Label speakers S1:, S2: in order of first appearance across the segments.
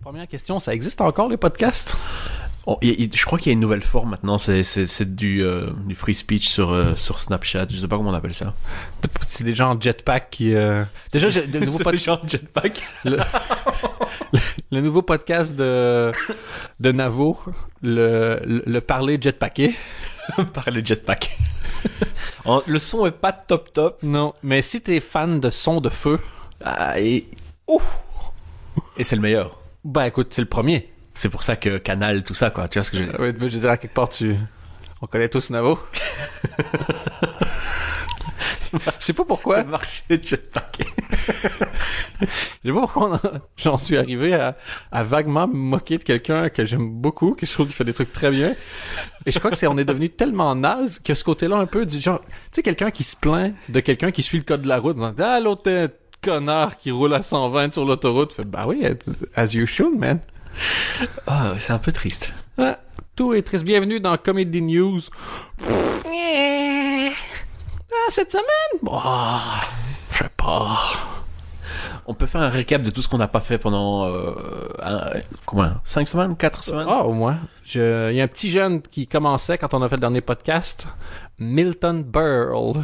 S1: Première question, ça existe encore les podcasts?
S2: Je crois qu'il y a une nouvelle forme maintenant, c'est du free speech sur Snapchat, je sais pas comment on appelle ça.
S1: C'est des gens en jetpack qui... Déjà, le nouveau
S2: des gens en jetpack.
S1: Le nouveau podcast de Navo, le parler jetpacké.
S2: Parler jetpack. Le son est pas top.
S1: Non, mais si t'es fan de son de feu...
S2: Et c'est le meilleur.
S1: Ben écoute, c'est le premier.
S2: C'est pour ça que Canal, tout ça, quoi. Tu vois ce que je veux dire?
S1: Oui, je dirais à quelque part, on connaît tous Navo. Je sais pas pourquoi.
S2: Le marché de jetpack.
S1: Je sais pas pourquoi j'en suis arrivé à vaguement me moquer de quelqu'un que j'aime beaucoup, que je trouve qu'il fait des trucs très bien. Et je crois que on est devenu tellement naze que ce côté-là un peu du genre, tu sais, quelqu'un qui se plaint de quelqu'un qui suit le code de la route en disant, ah, l'autre est un connard qui roule à 120 sur l'autoroute. Fait, bah oui, as you should, man.
S2: Ah, c'est un peu triste.
S1: Ah, tout est triste. Bienvenue dans Comedy News. Cette semaine?
S2: Je sais pas. On peut faire un récap de tout ce qu'on n'a pas fait pendant 5 semaines? 4 semaines?
S1: Au moins. Il y a un petit jeune qui commençait quand on a fait le dernier podcast. Milton Berle.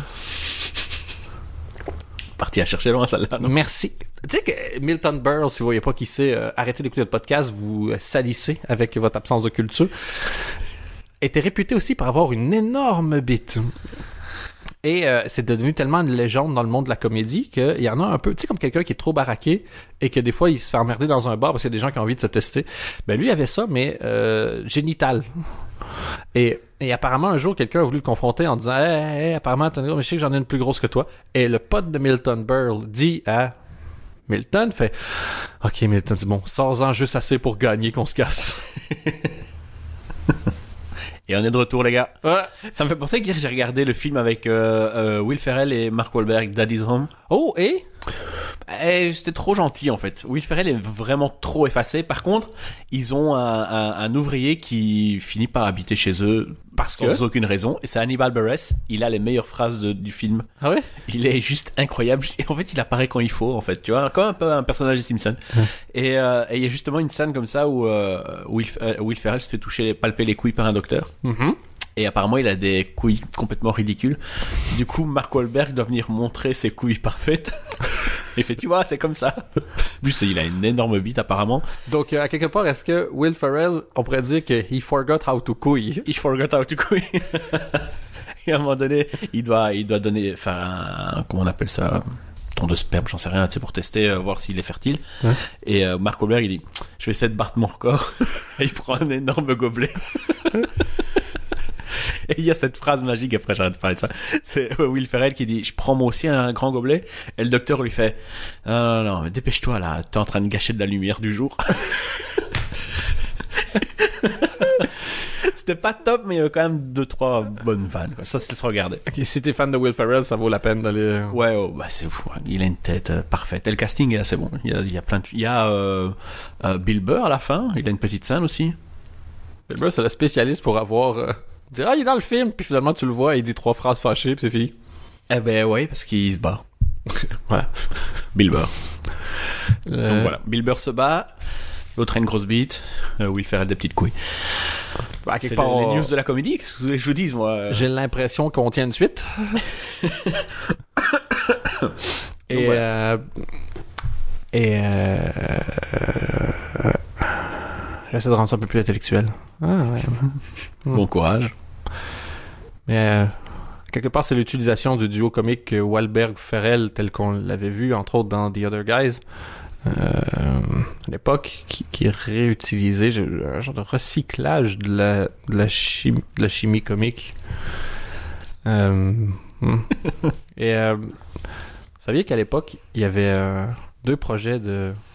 S2: Parti à chercher loin celle-là, non?
S1: Merci. Tu sais que Milton Berle, si vous voyez pas qui c'est, arrêtez d'écouter le podcast, vous salissez avec votre absence de culture, était réputé aussi pour avoir une énorme bite. Et c'est devenu tellement une légende dans le monde de la comédie qu'il y en a un peu, tu sais, comme quelqu'un qui est trop baraqué et que des fois il se fait emmerder dans un bar parce qu'il y a des gens qui ont envie de se tester. Ben lui avait ça, mais génital. Et apparemment un jour quelqu'un a voulu le confronter en disant hey, apparemment mais je sais que j'en ai une plus grosse que toi. Et le pote de Milton Berle dit à Milton, fait ok Milton, c'est bon, sors-en juste assez pour gagner qu'on se casse.
S2: Et on est de retour, les gars.
S1: Ouais.
S2: Ça me fait penser que j'ai regardé le film avec Will Ferrell et Mark Wahlberg, Daddy's Home.
S1: Oh, et
S2: c'était trop gentil, en fait. Will Ferrell est vraiment trop effacé. Par contre, ils ont un ouvrier qui finit par habiter chez eux sans aucune raison. Et c'est Hannibal Buress. Il a les meilleures phrases du film.
S1: Ah ouais?
S2: Il est juste incroyable. Et en fait, il apparaît quand il faut, en fait. Tu vois, comme un peu un personnage des Simpsons. Et il y a justement une scène comme ça où Will Ferrell se fait palper les couilles par un docteur.
S1: Mm-hmm.
S2: Et apparemment, il a des couilles complètement ridicules. Du coup, Mark Wahlberg doit venir montrer ses couilles parfaites. Il fait, tu vois, c'est comme ça. En plus, il a une énorme bite, apparemment.
S1: Donc, à quelque part, est-ce que Will Ferrell, on pourrait dire que he forgot how to couille?
S2: He forgot how to couille. Et à un moment donné, il doit faire un comment on appelle ça? Ton de sperme, j'en sais rien, tu sais, pour tester, voir s'il est fertile. Ouais. Et Mark Wahlberg, il dit, je vais essayer de battre mon record. Et il prend un énorme gobelet. Et il y a cette phrase magique, après j'arrête de parler de ça, c'est Will Ferrell qui dit, je prends moi aussi un grand gobelet, et le docteur lui fait, non, dépêche-toi là, t'es en train de gâcher de la lumière du jour. C'était pas top, mais il y avait quand même 2-3 bonnes vannes, quoi. Ça se laisse regarder.
S1: Okay, si t'es fan de Will Ferrell, ça vaut la peine d'aller...
S2: Ouais, c'est fou, il a une tête parfaite, et le casting est assez bon, il y a plein de... Il y a Bill Burr à la fin, il a une petite scène aussi.
S1: Bill Burr, c'est le spécialiste pour avoir... dire il est dans le film, puis finalement tu le vois, il dit 3 phrases fâchées, puis c'est fini.
S2: Eh ben ouais, parce qu'il se bat. Voilà. Bill Burr. Donc voilà, Bill Burr se bat, l'autre a une grosse bite, Will Ferrell des petites couilles.
S1: Bah,
S2: c'est les news de la comédie, qu'est-ce que vous voulez que je vous dise, moi?
S1: J'ai l'impression qu'on tient une suite. Et j'essaie de rendre ça un peu plus intellectuel. Ouais.
S2: Bon courage.
S1: Mais quelque part, c'est l'utilisation du duo comique Wahlberg-Ferrell tel qu'on l'avait vu, entre autres, dans The Other Guys. À l'époque, qui est réutilisé, un genre de recyclage de la chimie comique. Et vous saviez qu'à l'époque, il y avait 2 projets de